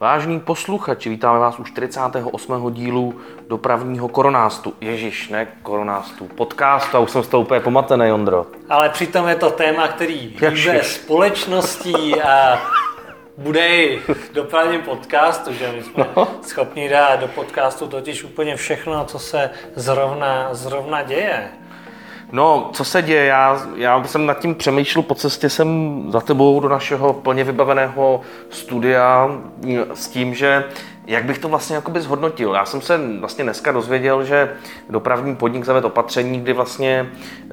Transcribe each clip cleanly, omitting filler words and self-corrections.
Vážení posluchači, vítáme vás u 48. dílu dopravního koronástu. Ježiš, ne koronástu, podcastu, a už jsem z toho úplně pomatený, Ondro. Ale přitom je to téma, který hýbe společností a bude i v dopravním podcastu, že my jsme schopni dát do podcastu totiž úplně všechno, co se zrovna děje. No, co se děje? Já jsem nad tím přemýšlel, po cestě jsem za tebou do našeho plně vybaveného studia s tím, že jak bych to vlastně jakoby zhodnotil. Já jsem se vlastně dneska dozvěděl, že dopravní podnik zavedl opatření, kdy vlastně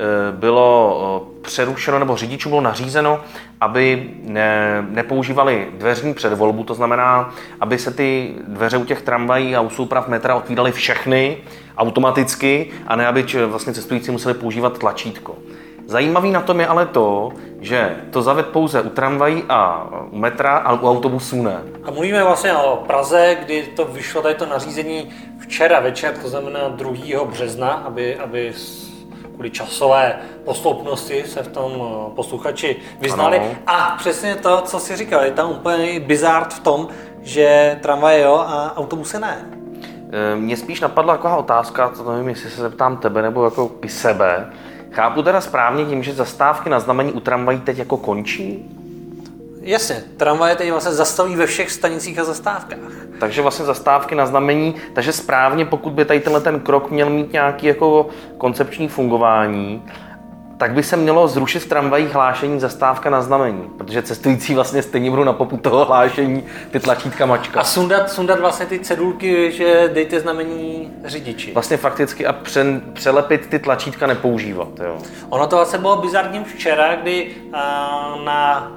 bylo přerušeno nebo řidičům bylo nařízeno, aby nepoužívali dveřní předvolbu, to znamená, aby se ty dveře u těch tramvají a u souprav metra otvíraly všechny automaticky a ne, aby vlastně cestující museli používat tlačítko. Zajímavý na tom je ale to, že to zaved pouze u tramvají a u metra, ale u autobusů ne. A mluvíme vlastně o Praze, kdy to vyšlo tady to nařízení včera večer, to znamená 2. března, aby kvůli časové posloupnosti se v tom posluchači vyznali. Ano. A přesně to, co jsi říkal, je tam úplně bizard v tom, že tramvaje jo a autobusy ne. Mně spíš napadla taková otázka, to nevím, jestli se zeptám tebe nebo jako i sebe. Chápu teda správně tím, že zastávky na znamení u tramvají teď jako končí? Jasně, tramvaje teď vlastně zastaví ve všech stanicích a zastávkách. Takže vlastně zastávky na znamení, takže správně, pokud by tady tenhle ten krok měl mít nějaký jako koncepční fungování, tak by se mělo zrušit v tramvajích hlášení zastávka na znamení, protože cestující vlastně stejně budou na popud toho hlášení ty tlačítka mačka. A sundat vlastně ty cedulky, že dejte znamení řidiči. Vlastně fakticky a přelepit ty tlačítka nepoužívat, jo. Ono to vlastně bylo bizarním včera, kdy na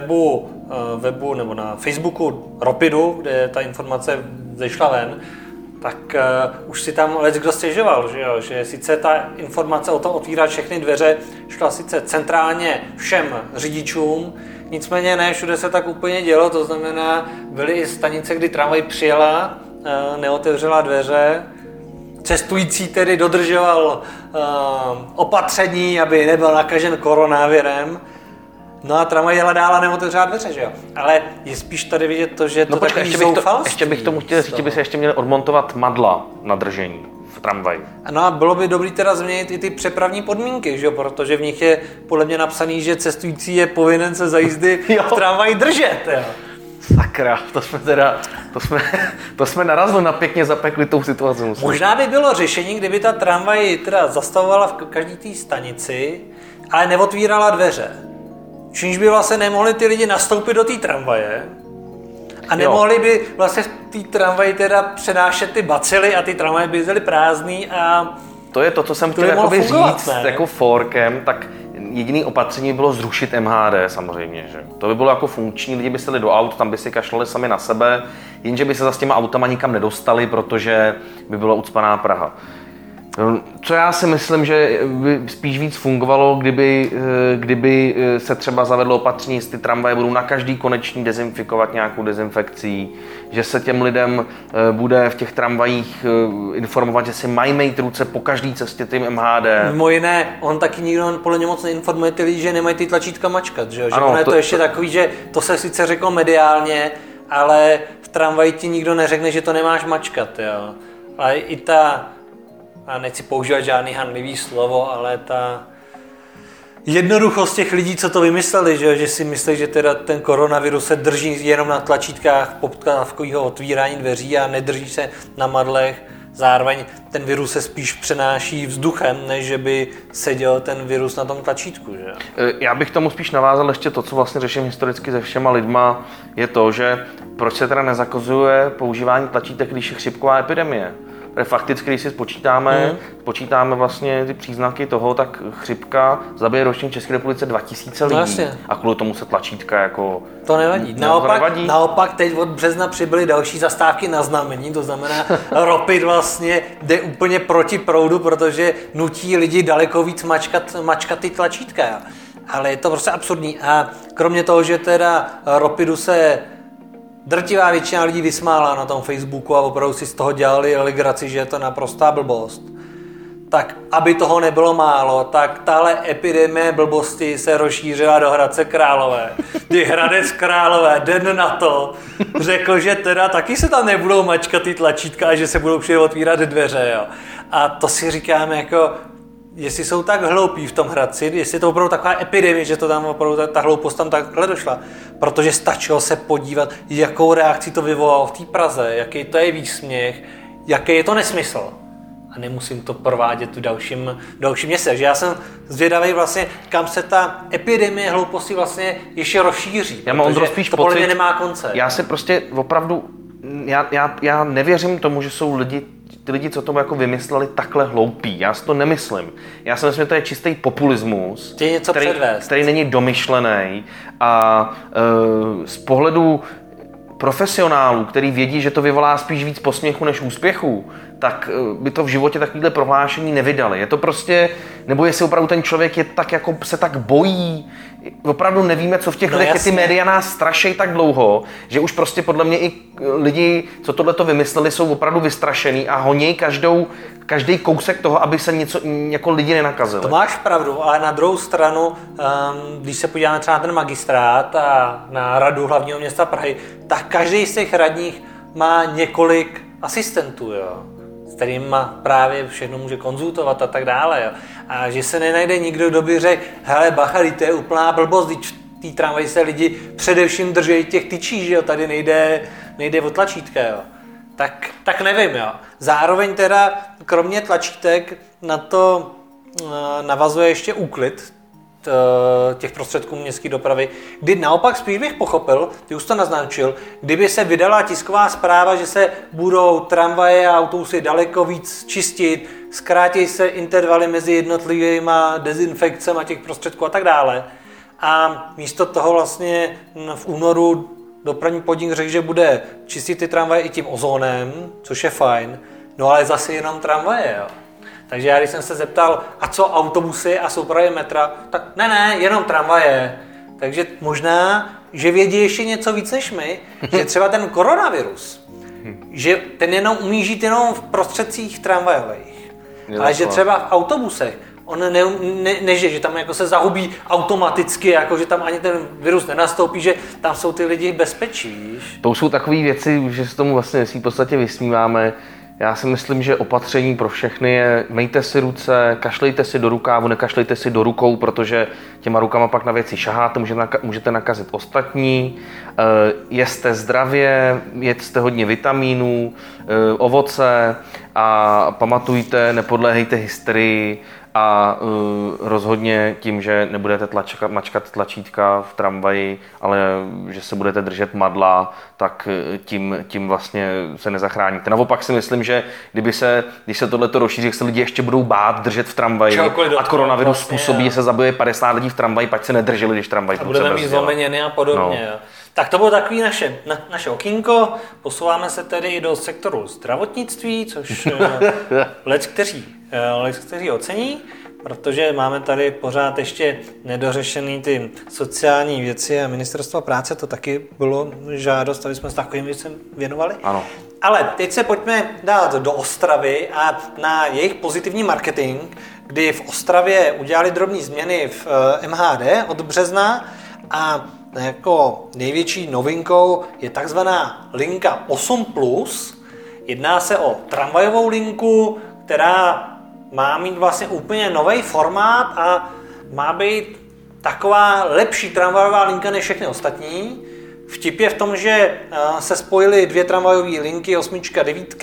webu nebo na Facebooku Ropidu, kde ta informace zešla ven, tak už si tam leckdo stěžoval, že sice ta informace o tom otvírat všechny dveře šla sice centrálně všem řidičům, nicméně ne všude se tak úplně dělo, to znamená, byly i stanice, kdy tramvaj přijela, neotevřela dveře, cestující tedy dodržoval opatření, aby nebyl nakažen koronavirem. No a tramvaj jela dál a neotevřela dveře, že jo? Ale je spíš tady vidět to, že to takový zoufalství. Ještě bych tomu chtěl říct, že by se ještě měli odmontovat madla na držení v tramvaji. No a bylo by dobrý teda změnit i ty přepravní podmínky, že jo? Protože v nich je podle mě napsaný, že cestující je povinen se za jízdy v tramvaji držet, jo? Sakra, to jsme narazili na pěkně zapeklitou situaci. Možná by bylo řešení, kdyby ta tramvaj teda zastavovala v každé té stanici, ale neotvírala dveře. Čímž by vlastně nemohli ty lidi nastoupit do té tramvaje a nemohli by vlastně v té tramvaji teda přenášet ty bacily a ty tramvaje by jezdily prázdný a... To je to, co jsem chtěl jakoby říct jako forkem, tak jediný opatření bylo zrušit MHD samozřejmě, že? To by bylo jako funkční, lidi by se jeli do aut, tam by si kašlali sami na sebe, jenže by se za s těma autama nikam nedostali, protože by byla ucpaná Praha. Co já si myslím, že by spíš víc fungovalo, kdyby se třeba zavedlo opatření, jestli ty tramvaje budou na každý konečný dezinfikovat nějakou dezinfekcí, že se těm lidem bude v těch tramvajích informovat, že si mají mít ruce po každý cestě tím MHD. Mimo jiné, on taky nikdo podle něj moc neinformuje ty lidi, že nemají ty tlačítka mačkat, že jo? Že ano, ono je to ještě takový, že to se sice řeklo mediálně, ale v tramvaji ti nikdo neřekne, že to nemáš mačkat, jo? A i ta... A nechci používat žádný hanlivý slovo, ale ta jednoduchost těch lidí, co to vymysleli, že si myslí, že teda ten koronavirus se drží jenom na tlačítkách poptávkového otvírání dveří a nedrží se na madlech. Zároveň ten virus se spíš přenáší vzduchem, než že by seděl ten virus na tom tlačítku. Že? Já bych tomu spíš navázal ještě to, co vlastně řeším historicky se všema lidma, je to, že proč se teda nezakazuje používání tlačítek, když je chřipková epidemie. Fakticky, když si spočítáme vlastně ty příznaky toho, tak chřipka zabije ročně v České republice 2000 lidí. Vlastně. A kvůli tomu se tlačítka jako... To nevadí. Naopak teď od března přibyly další zastávky na znamení, to znamená Ropid vlastně jde úplně proti proudu, protože nutí lidi daleko víc mačkat ty tlačítka. Ale je to prostě absurdní. A kromě toho, že teda Ropidu se drtivá většina lidí vysmála na tom Facebooku a opravdu si z toho dělali legraci, že je to naprostá blbost, tak aby toho nebylo málo, tak tahle epidemie blbosti se rozšířila do Hradce Králové. Kdy Hradec Králové den na to řekl, že teda taky se tam nebudou mačkat ty tlačítka a že se budou přijde otvírat dveře. Jo. A to si říkáme jako, jestli jsou tak hloupí v tom Hradci, jestli je to opravdu taková epidemie, že to tam opravdu ta hloupost tam takhle došla. Protože stačilo se podívat, jakou reakci to vyvolalo v té Praze, jaký to je výsměch, jaký je to nesmysl. A nemusím to provádět v dalším městě. Takže já jsem zvědavý vlastně, kam se ta epidemie hlouposti vlastně ještě rozšíří. Já mám, Ondro, spíš to pocit, podle mě nemá konce. Já se prostě opravdu, já nevěřím tomu, že jsou ty lidi, co tomu jako vymysleli, takhle hloupí. Já si to nemyslím. Já si myslím, že to je čistý populismus, který není domyšlený a z pohledu profesionálů, který vědí, že to vyvolá spíš víc posměchu než úspěchu, tak by to v životě takovýhle prohlášení nevydali. Je to prostě, nebo jestli opravdu ten člověk je tak jako se tak bojí, opravdu nevíme, co v těch lidech, ty média nás strašejí tak dlouho, že už prostě podle mě i lidi, co tohleto vymysleli, jsou opravdu vystrašený a honí každý kousek toho, aby se něco jako lidi nenakazili. To máš pravdu, ale na druhou stranu, když se podíváme třeba na ten magistrát a na radu hlavního města Prahy, tak každý z těch radních má několik asistentů, jo, s kterými právě všechno může konzultovat a tak dále. Jo. A že se nenajde nikdo, kdo by řekl, hele bacha, to je úplná blbost, v té tramvaji se lidi především drží těch tyčí, že jo, tady nejde o tlačítka, jo. Tak nevím, jo. Zároveň teda, kromě tlačítek, na to navazuje ještě úklid těch prostředků městské dopravy, kdy naopak spíš bych pochopil, ty už to naznačil, kdyby se vydala tisková zpráva, že se budou tramvaje a autobusy daleko víc čistit, zkrátí se intervaly mezi jednotlivými dezinfekcemi těch prostředků a tak dále. A místo toho vlastně v únoru dopravní podnik řekl, že bude čistit ty tramvaje i tím ozónem, což je fajn, no ale zase jenom tramvaje, jo. Takže já když jsem se zeptal, a co autobusy a soupravy metra, tak ne, jenom tramvaje. Takže možná, že vědí ještě něco víc než my, že třeba ten koronavirus, že ten jenom umí žít jenom v prostředcích tramvajových, ale že třeba v autobusech on nežije, že tam jako se zahubí automaticky, jako že tam ani ten virus nenastoupí, že tam jsou ty lidi v bezpečí, víš? To jsou takové věci, že se tomu vlastně v podstatě vysmíváme. Já si myslím, že opatření pro všechny je mejte si ruce, kašlejte si do rukávu, nekašlejte si do rukou, protože těma rukama pak na věci šaháte, můžete nakazit ostatní. Jeste zdravě, jedzte hodně vitamínů, ovoce a pamatujte, nepodléhejte hysterii a rozhodně tím, že nebudete mačkat tlačítka v tramvaji, ale že se budete držet madla, tak tím vlastně se nezachráníte. Naopak si myslím, že když se tohleto rozšíří, se lidi ještě budou bát držet v tramvaji a koronavirus způsobí, že se zabije 50 lidí v tramvaji, pak se nedrželi, když tramvaj průce budeme mít zlomeněny a podobně. No. Tak to bylo takový naše okýnko. Posouváme se tedy do sektoru zdravotnictví, což kteří ocení, protože máme tady pořád ještě nedořešený ty sociální věci a ministerstvo práce, to taky bylo žádost, aby jsme s takovým věcem věnovali. Ano. Ale teď se pojďme dát do Ostravy a na jejich pozitivní marketing, kdy v Ostravě udělali drobné změny v MHD od března a jako největší novinkou je takzvaná linka 8+. Jedná se o tramvajovou linku, která má mít vlastně úplně nový formát a má být taková lepší tramvajová linka než všechny ostatní. Vtip je v tom, že se spojily dvě tramvajové linky, 8 a 9.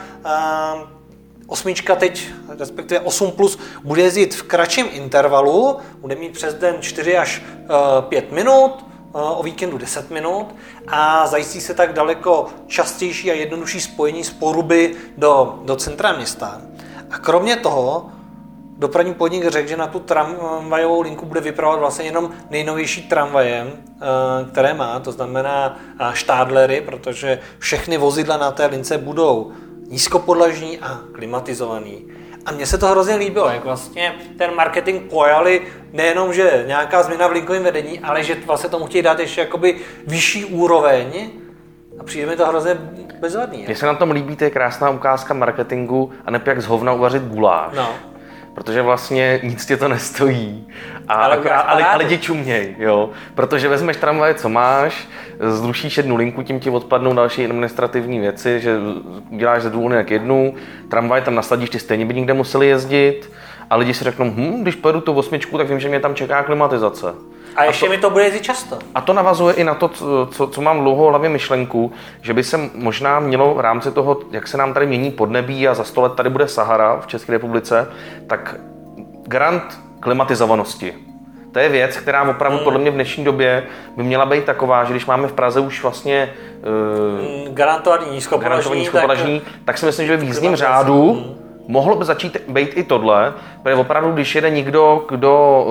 8 teď, respektive 8+, bude jezdit v kratším intervalu, bude mít přes den 4 až 5 minut, o víkendu 10 minut a zajistí se tak daleko častější a jednodušší spojení z Poruby do centra města. A kromě toho dopravní podnik řekl, že na tu tramvajovou linku bude vypravovat vlastně jenom nejnovější tramvaje, které má, to znamená štádlery, protože všechny vozidla na té lince budou nízkopodlažní a klimatizovaný. A mně se to hrozně líbilo, jak vlastně ten marketing pojali nejenom, že nějaká změna v linkovém vedení, ale že vlastně tomu chtějí dát ještě jakoby vyšší úroveň a přijde mi to hrozně bezvadný. Mně se na tom líbí, to je krásná ukázka marketingu a ne jak z hovna uvařit guláš. No. protože vlastně nic tě to nestojí. Ale ale lidi čuměj, jo. Protože vezmeš tramvaj, co máš, zrušíš jednu linku, tím ti odpadnou další administrativní věci, že děláš ze 2 linek jednu, tramvaj tam nasadíš, ty stejně by nikde museli jezdit a lidi si řeknou, když pojedu tu 8, tak vím, že mě tam čeká klimatizace. A ještě mi to bude jezdit často. A to navazuje i na to, co mám dlouho v hlavě myšlenku, že by se možná mělo v rámci toho, jak se nám tady mění podnebí a za 100 let tady bude Sahara v České republice, tak garant klimatizovanosti. To je věc, která opravdu podle mě v dnešní době by měla být taková, že když máme v Praze už vlastně garantovaný nízkopoložní, tak si myslím, že v jízdním řádu mohlo by začít být i tohle, protože opravdu, když jede někdo, kdo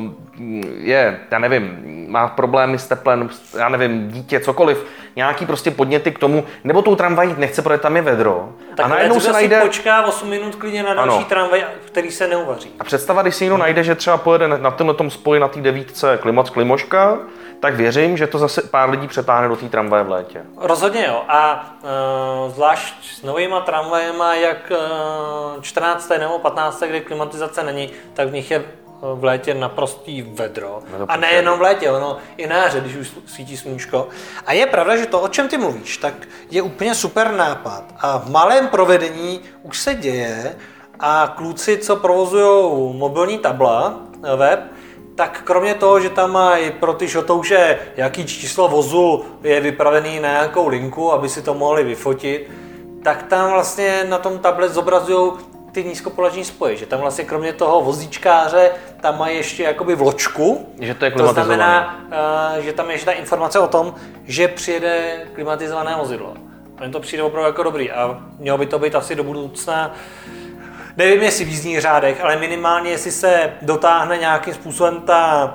je, já nevím, má problémy s teplem, já nevím, dítě, cokoliv, nějaký prostě podněty k tomu, nebo tou tramvají nechce, protože tam je vedro. Tak a najednou se najde... počká 8 minut klidně na další tramvaj, který se neuvaří. A představa, když si někdo najde, že třeba pojede na tomhle spoji na té 9 Klimoška, tak věřím, že to zase pár lidí přetáhne do té tramvaje v létě. Rozhodně jo. A zvlášť s novýma tramvajema, jak 14. nebo 15. kde klimatizace není, tak v nich je v létě naprostý vedro. A nejenom v létě, ono i na jaře, když už svítí sluníčko. A je pravda, že to, o čem ty mluvíš, tak je úplně super nápad. A v malém provedení už se děje a kluci, co provozují mobilní tabla, web, tak kromě toho, že tam mají pro ty šotouše, jaký číslo vozu je vypravený na nějakou linku, aby si to mohli vyfotit, tak tam vlastně na tom tablet zobrazují ty nízkopoložní spoje, že tam vlastně kromě toho vozíčkáře tam mají ještě jakoby vločku, že to je klimatizované. To znamená, že tam je ještě ta informace o tom, že přijede klimatizované vozidlo. Mně to přijde opravdu jako dobrý a mělo by to být asi do budoucna. Nevím, jestli v jízdních řádech, ale minimálně, jestli se dotáhne nějakým způsobem ta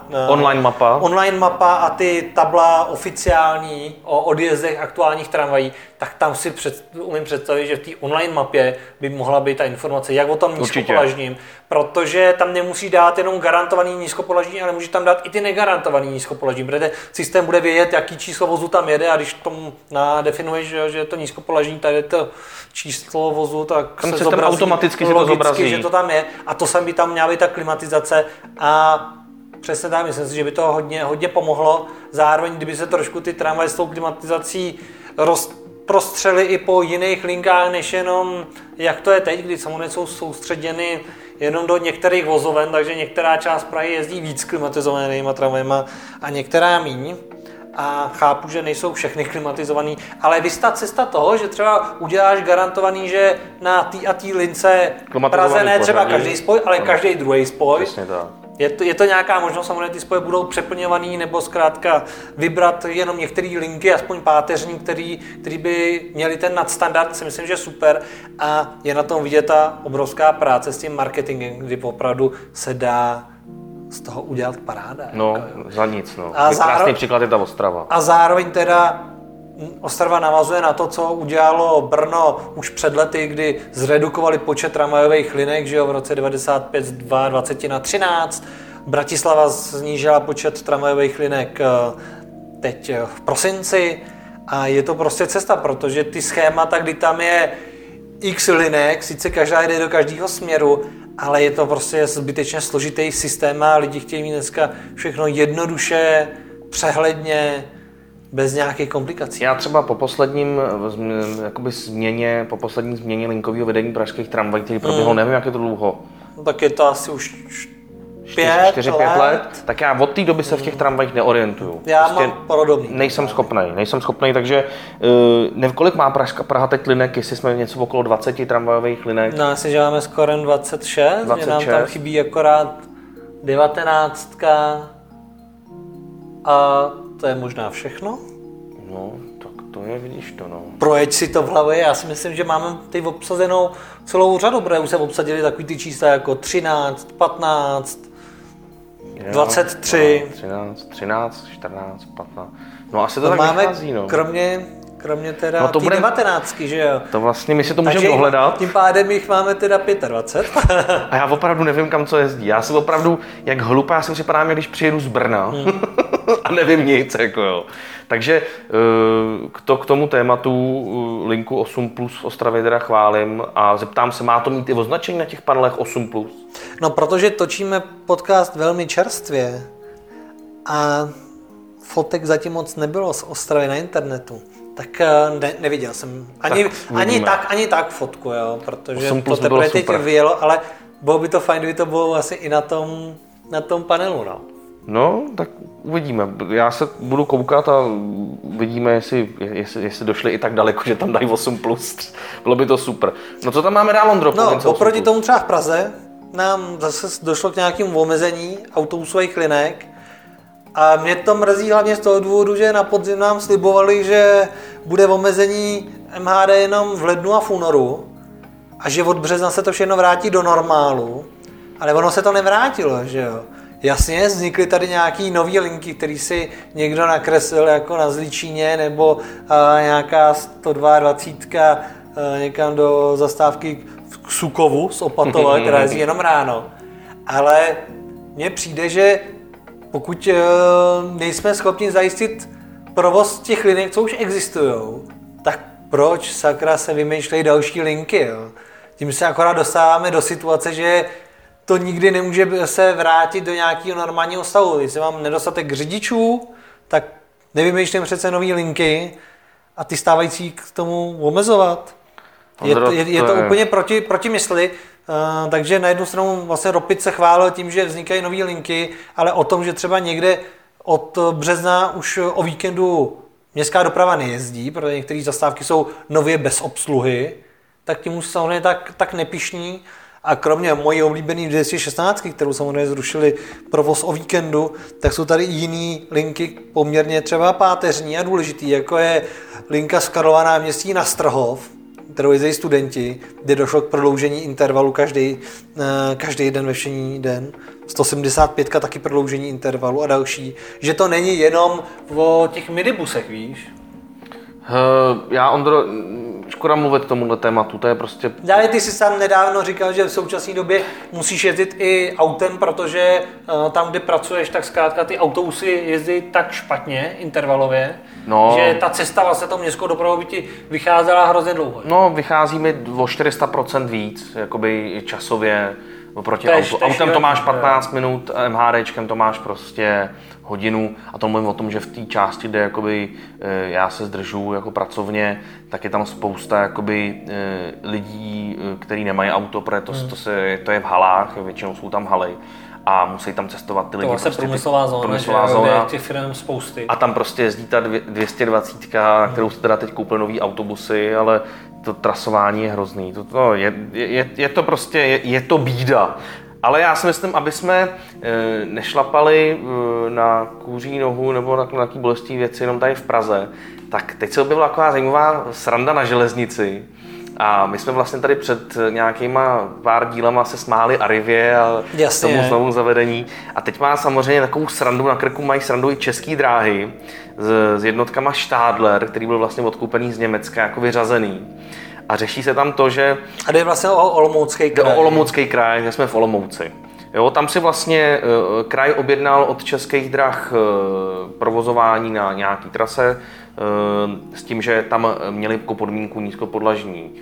online mapa a ty tabla oficiální o odjezdech aktuálních tramvají, tak tam si umím představit, že v té online mapě by mohla být ta informace, jak o tom nízkopolažním, protože tam nemusí dát jenom garantovaný nízkopolažní, ale může tam dát i ty negarantovaný nízkopolažní, protože systém bude vědět, jaký číslo vozu tam jede a když tomu nadefinuješ, že je to nízkopolažní, tady je to číslo vozu, tak tam se zobrazí, automaticky se to zobrazí. Že to tam je a to by tam měla být ta klimatizace a přesně tak, myslím si, že by to hodně pomohlo. Zároveň, kdyby se trošku ty tramvaje s tou klimatizací rozprostřely i po jiných linkách, než jenom jak to je teď, kdy samozřejmě jsou soustředěny jenom do některých vozoven, takže některá část Prahy jezdí víc klimatizovanýma tramvajema a některá míň. A chápu, že nejsou všechny klimatizovaný, ale vystát cesta toho, že třeba uděláš garantovaný, že na té a té lince Praze ne třeba každý spoj, ale každý druhý spoj. Je to nějaká možnost, samozřejmě ty spoje budou přeplňovaný nebo zkrátka vybrat jenom některé linky, aspoň páteřní, který by měli ten nadstandard, si myslím, že super. A je na tom vidět ta obrovská práce s tím marketingem, kdy opravdu se dá z toho udělat paráda. No, jako, za nic. No. Krásný příklad je ta Ostrava. A zároveň teda Ostrava navazuje na to, co udělalo Brno už před lety, kdy zredukovali počet tramvajových linek, že jo, v roce 95 z 22 na 13. Bratislava snížila počet tramvajových linek teď v prosinci a je to prostě cesta, protože ty schémata, kdy tam je x linek, sice každá jde do každého směru, ale je to prostě zbytečně složitý systém a lidi chtějí mít dneska všechno jednoduše, přehledně, bez nějakých komplikací. Já třeba po poslední změně linkového vedení pražských tramvají, který proběhlo, nevím, jak je to dlouho. No, tak je to asi už 4-5 let, tak já od té doby se v těch tramvajích neorientuju. Já prostě mám podobný. Nejsem schopnej, takže nevím, kolik má Praha teď linek, jestli jsme něco okolo 20 tramvajových linek. No, asi že máme skoro 26, že nám tam chybí akorát 19 a to je možná všechno. No, tak to je, vidíš to, no. Projeď si to v hlavě, já si myslím, že máme teď obsazenou celou řadu, protože už se obsadili takový ty čísla jako 13, 15, 23. 13, 14, 15. No asi to tak máme vychází, no. Kromě teda ty 19, že jo? To vlastně my si to můžeme dohledat. Tím pádem jich máme teda 25. A já opravdu nevím, kam co jezdí. Já si opravdu, jak hlupa, já si připadám, když přijedu z Brna. a nevím nic, jako jo. Takže k tomu tématu linku 8+, v Ostravě teda chválím a zeptám se, má to mít i označení na těch panelech 8+? No, protože točíme podcast velmi čerstvě a fotek zatím moc nebylo z Ostravy na internetu, tak neviděl jsem ani tak fotku, jo, protože to teprve teď vyjelo, ale bylo by to fajn, kdyby to bylo asi i na tom panelu, no. No, tak uvidíme. Já se budu koukat a uvidíme, jestli došli i tak daleko, že tam dají 8+. Bylo by to super. No co tam máme dál, Ondro? No, oproti tomu třeba v Praze nám zase došlo k nějakému omezení autobusových linek a mě to mrzí hlavně z toho důvodu, že na podzim nám slibovali, že bude omezení MHD jenom v lednu a v únoru a že od března se to všechno vrátí do normálu, ale ono se to nevrátilo, že jo. Jasně, vznikly tady nějaký nový linky, který si někdo nakreslil jako na Zličíně nebo nějaká 122 někam do zastávky k Sukovu z Opatova, která jezdí jenom ráno. Ale mně přijde, že pokud nejsme schopni zajistit provoz těch linek, co už existují, tak proč sakra se vymýšlejí další linky? Jo? Tím se akorát dostáváme do situace, že to nikdy nemůže se vrátit do nějakého normálního stavu. Když mám nedostatek řidičů, tak nevymýšlím přece nový linky a ty stávající k tomu omezovat. Je to úplně proti mysli, takže na jednu stranu vlastně Ropid se chválil tím, že vznikají nové linky, ale o tom, že třeba někde od března už o víkendu městská doprava nejezdí, protože některé zastávky jsou nově bez obsluhy, tak tím už samozřejmě tak nepyšní. A kromě mojí oblíbené 216, kterou samozřejmě zrušili provoz o víkendu, tak jsou tady i jiné linky poměrně třeba páteřní a důležitý, jako je linka z Karlova náměstí na Strhov, kterou jezdí studenti, kde došlo k prodloužení intervalu každý den ve všední den. 175 taky prodloužení intervalu a další. Že to není jenom o těch minibusech, víš? Já, Ondro, škoda mluvit k tomuhle tématu, to je prostě... Ale ty jsi sám nedávno říkal, že v současné době musíš jezdit i autem, protože tam, kde pracuješ, tak zkrátka ty autobusy jezdí tak špatně, intervalově, že ta cesta vlastně tou městskou dopravou by ti vycházela hrozně dlouho. No, vychází mi o 400% víc, jakoby časově, oproti autem to máš 15 minut, MHDčkem to máš prostě hodinu a to mluvím o tom, že v té části, kde jakoby, já se zdržuju jako pracovně, tak je tam spousta jakoby, lidí, kteří nemají auto, protože to je v halách, většinou jsou tam haly a musí tam cestovat ty lidi. To vlastně průmyslová zóna, těch firm spousty. A tam prostě jezdí ta 220, na kterou se teda teď koupili nový autobusy, ale to trasování je hrozný. Je to prostě, je to bída. Ale já si myslím, aby jsme nešlapali na kůří nohu nebo na nějaký bolestí věci jenom tady v Praze, tak teď se objevila taková zajímavá sranda na železnici. A my jsme vlastně tady před nějakýma pár dílama se smáli Arrivě a tomu znovu zavedení. A teď má samozřejmě takovou srandu, na krku mají srandu i České dráhy s jednotkama Stadler, který byl vlastně odkoupený z Německa, jako vyřazený. A řeší se tam to, že... A jde vlastně o Olomoucký kraj. O Olomoucký kraj, že jsme v Olomouci. Jo, tam si vlastně kraj objednal od Českých drah provozování na nějaký trase s tím, že tam měli jako podmínku nízkopodlažní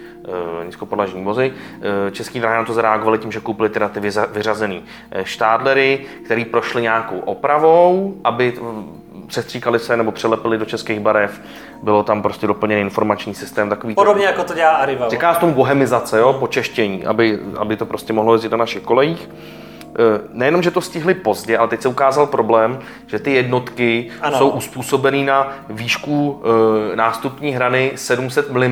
vozy. Český dráhy na to zareagovali tím, že koupili teda ty vyřazený Stadlery, který prošli nějakou opravou, aby přestříkali se nebo přelepili do českých barev. Bylo tam prostě doplněný informační systém. Takový podobně jako to dělá Arriva. Říká se tomu bohemizace, jo, počeštění, aby to prostě mohlo jezdit na našich kolejích. Nejenom, že to stihli pozdě, ale teď se ukázal problém, že ty jednotky jsou uspůsobený na výšku nástupní hrany 700 mm.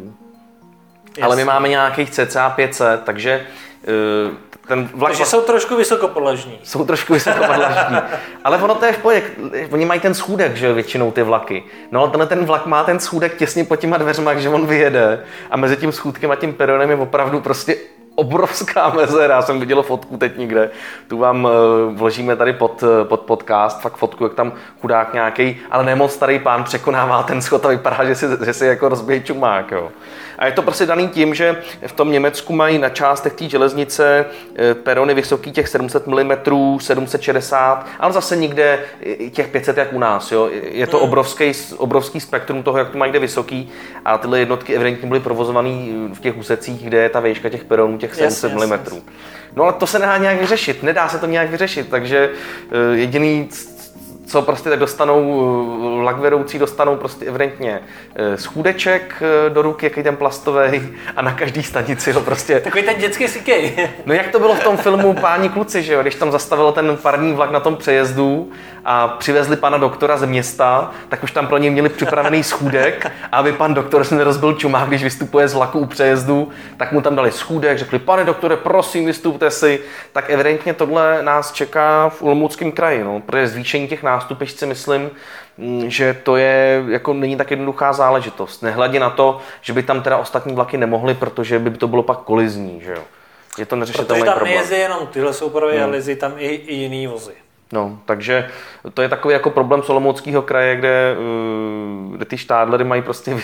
Ale my máme nějakých cca 500, takže ten vlak... Takže jsou trošku vysokopodlažní. Jsou trošku vysokopodlažní. Ale ono to je v pohodě. Oni mají ten schůdek, že většinou ty vlaky. No ale ten vlak má ten schůdek těsně pod těma dveřma, že on vyjede a mezi tím schůdkem a tím peronem je opravdu prostě obrovská mezera, já jsem viděl fotku teď někde, tu vám vložíme tady pod podcast, fakt fotku, jak tam chudák nějaký, ale ne moc starý pán překonává ten schod a vypadá, že si jako rozbije čumák. Jo. A je to prostě daný tím, že v tom Německu mají na částech té železnice perony vysoký těch 700 mm, 760, ale zase nikde těch 500 jak u nás. Jo. Je to obrovský spektrum toho, jak to mají kde vysoký a tyhle jednotky evidentně byly provozované v těch úsecích, kde je ta výška těch peronů těch 700 mm. No ale to se nedá nějak vyřešit, nedá se to nějak vyřešit, takže jediný, co prostě tak dostanou, vlakvedoucí dostanou prostě evidentně schůdeček do ruky, jaký ten plastový a na každý stanici ho prostě... Takový ten dětský sikej. No jak to bylo v tom filmu Páni kluci, že jo, když tam zastavil ten parní vlak na tom přejezdu a přivezli pana doktora ze města, tak už tam pro něj měli připravený schůdek, a aby pan doktor si nerozbil čumák, když vystupuje z vlaku u přejezdu, tak mu tam dali schůdek, řekli, pane doktore, prosím, vystupte si, tak evidentně tohle nás čeká v Olomouckém kraji, no, protože zvýšení těch nástupišť si myslím, že to je, jako není tak jednoduchá záležitost. Nehledě na to, že by tam teda ostatní vlaky nemohly, protože by to bylo pak kolizní, že jo. Je to neřešitelný problém. Protože tam nejezdí jenom tyhle soupravy, ale jezdí tam i jiný vozy. No, takže to je takový jako problém Olomouckého kraje, kde ty štádlery mají prostě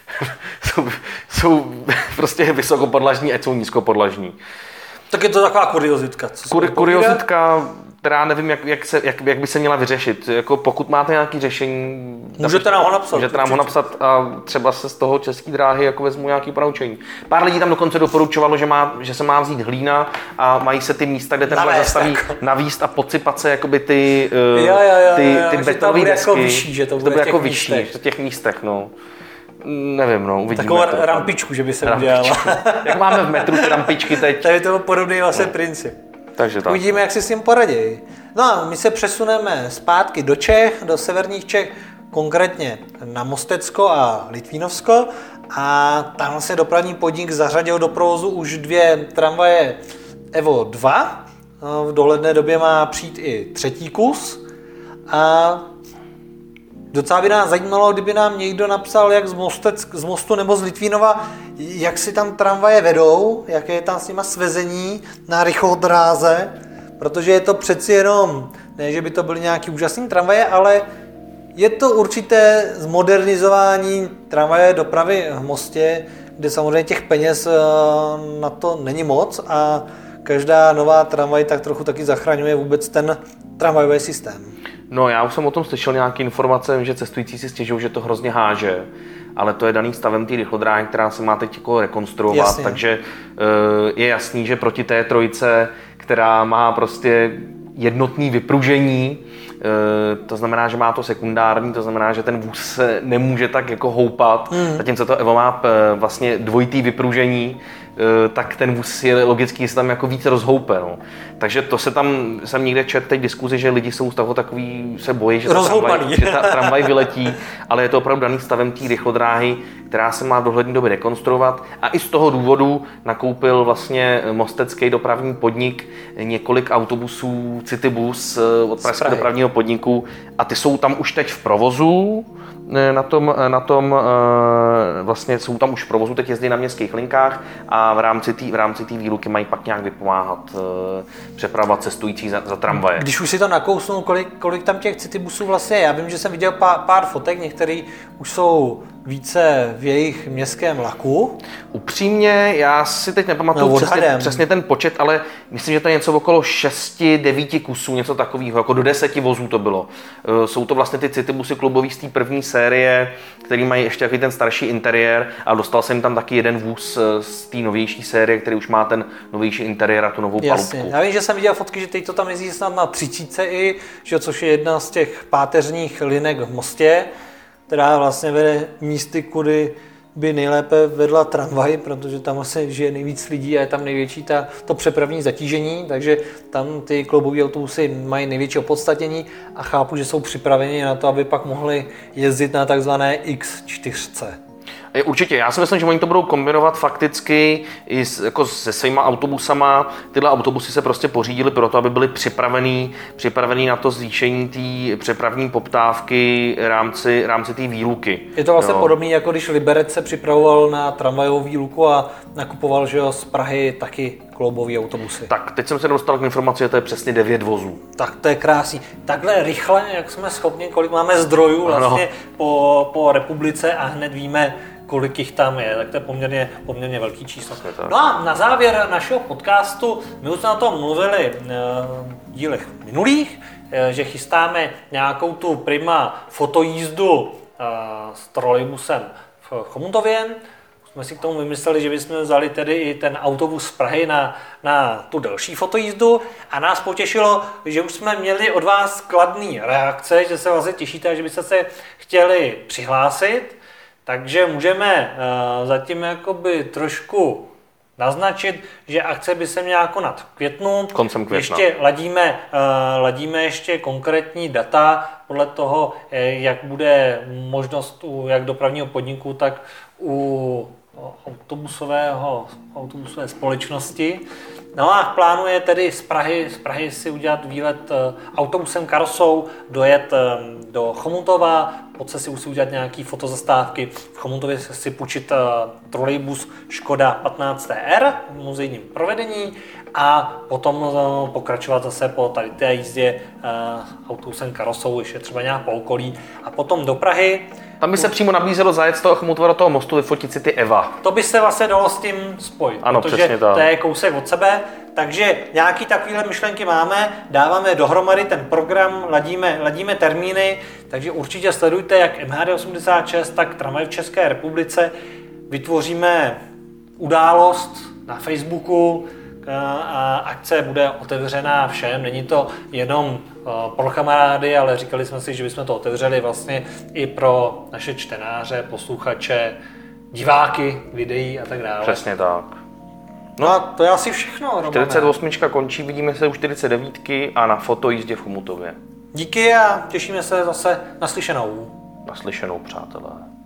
jsou prostě vysokopodlažní, ať jsou nízkopodlažní. Tak je to taková kuriozitka. Kuriozitka, která nevím, jak by se měla vyřešit. Jako pokud máte nějaké řešení, můžete nám ho napsat. A třeba se z toho České dráhy jako vezmu nějaké ponaučení. Pár lidí tam dokonce doporučovalo, že se má vzít hlína a mají se ty místa, kde ten vlak zastaví, navíst a podsypat se jakoby ty betonové desky. Jako vyšší, že to bude jako vyšší v těch místech, no. Nevím, no, uvidíme. Takovou rampičku, že by se udělala. Jak máme v metru ty rampičky teď. Tady je to podobný vlastně princip. Takže tak. Uvidíme, jak si s tím poradí. No a my se přesuneme zpátky do Čech, do severních Čech, konkrétně na Mostecko a Litvínovsko. A tam se dopravní podnik zařadil do provozu už 2 tramvaje Evo 2. V dohledné době má přijít i 3. kus. A docela by nás zajímalo, kdyby nám někdo napsal, jak z Mostu nebo z Litvínova, jak si tam tramvaje vedou, jaké je tam s nima svezení na rychlodráze, protože je to přeci jenom, ne, že by to byly nějaký úžasný tramvaje, ale je to určité zmodernizování tramvaje dopravy v Mostě, kde samozřejmě těch peněz na to není moc a každá nová tramvaj tak trochu taky zachraňuje vůbec ten tramvajový systém. No, já už jsem o tom slyšel nějaké informace, že cestující si stěžují, že to hrozně háže, ale to je daný stavem té rychlodráhy, která se má teď jako rekonstruovat, jasně. Takže je jasný, že proti té trojce, která má prostě jednotný vypružení, to znamená, že má to sekundární, to znamená, že ten vůz se nemůže tak jako houpat, zatímco to Evo má vlastně dvojitý vypružení, tak ten vůz je logicky se tam jako víc rozhoupe. No. Takže to jsem někde četl teď diskuzi, že lidi jsou z toho takový, se bojí, že ta tramvaj vyletí, ale je to opravdu daný stavem té rychlodráhy, která se má v dohledné době rekonstruovat a i z toho důvodu nakoupil vlastně Mostecký dopravní podnik několik autobusů Citybus od Pražského dopravního podniku a ty jsou tam už teď v provozu. Vlastně jsou tam už v provozu, teď jezdí na městských linkách a v rámci té výluky mají pak nějak vypomáhat přepravovat cestující za tramvaje. Když už si to nakousnou, kolik tam těch Citybusů vlastně je? Já vím, že jsem viděl pár fotek, některý už jsou více v jejich městském vlaku. Upřímně, já si teď nepamatuju přesně ten počet, ale myslím, že to je něco okolo 6-9 kusů, něco takového, jako do 10 vozů to bylo. Jsou to vlastně ty Citybusy klubový z té první série, který mají ještě takový ten starší interiér a dostal jsem tam taky jeden vůz z té novější série, který už má ten novější interiér a tu novou palubku. Já vím, že jsem viděl fotky, že teď to tam jezdí snad na 30 i, že což je jedna z těch páteřních linek v Mostě, která vlastně vede místy, kudy by nejlépe vedla tramvaj, protože tam asi žije nejvíc lidí a je tam největší to přepravní zatížení, takže tam ty kloubové autobusy mají největší opodstatnění a chápu, že jsou připraveni na to, aby pak mohli jezdit na takzvané X4. Určitě, já si myslím, že oni to budou kombinovat fakticky i jako se svýma autobusama. Tyhle autobusy se prostě pořídily proto, aby byly připravený na to zvýšení té přepravní poptávky rámci té výluky. Je to vlastně podobné, jako když Liberec se připravoval na tramvajovou výluku a nakupoval, že jo, z Prahy taky kloubový autobusy. Tak, teď jsem se dostal k informaci, že to je přesně 9 vozů. Tak to je krásný. Takhle rychle, jak jsme schopni, kolik máme zdrojů vlastně po republice a hned víme, kolik jich tam je, tak to je poměrně velký číslo. No a na závěr našeho podcastu, my už jsme na tom mluvili v dílech minulých, že chystáme nějakou tu prima fotojízdu s trolejbusem v Chomutově. Jsme si k tomu vymysleli, že bychom vzali tedy i ten autobus z Prahy na tu delší fotojízdu a nás potěšilo, že už jsme měli od vás kladné reakce, že se vlastně těšíte, že byste se chtěli přihlásit, takže můžeme zatím jakoby trošku naznačit, že akce by se měla konat v květnu. Koncem května. Ještě ladíme ještě konkrétní data podle toho, jak bude možnost jak dopravního podniku, tak u autobusové společnosti. No a plánuje tedy z Prahy si udělat výlet autobusem Karosou, dojet do Chomutova, pod si udělat nějaký fotozastávky, v Chomutově si půjčit trolejbus Škoda 15R v muzejním provedení a potom pokračovat zase po tady té jízdě autobusem Karosou, ještě třeba nějak po okolí a potom do Prahy. Tam by se přímo nabízelo zajet z toho Chomutova do toho mostu, vyfotit si ty Eva. To by se vlastně dalo s tím spojit, ano, protože to je kousek od sebe, takže nějaký takovýhle myšlenky máme, dáváme dohromady ten program, ladíme termíny, takže určitě sledujte jak MHD86, tak Tramvaj v České republice. Vytvoříme událost na Facebooku, a akce bude otevřená všem, není to jenom pro kamarády, ale říkali jsme si, že bychom to otevřeli vlastně i pro naše čtenáře, posluchače, diváky, videí a tak dále. Přesně tak. No a to je asi všechno, Romane. 48 končí, vidíme se u 49 a na fotojízdě v Chomutově. Díky a těšíme se zase naslyšenou. Naslyšenou, přátelé.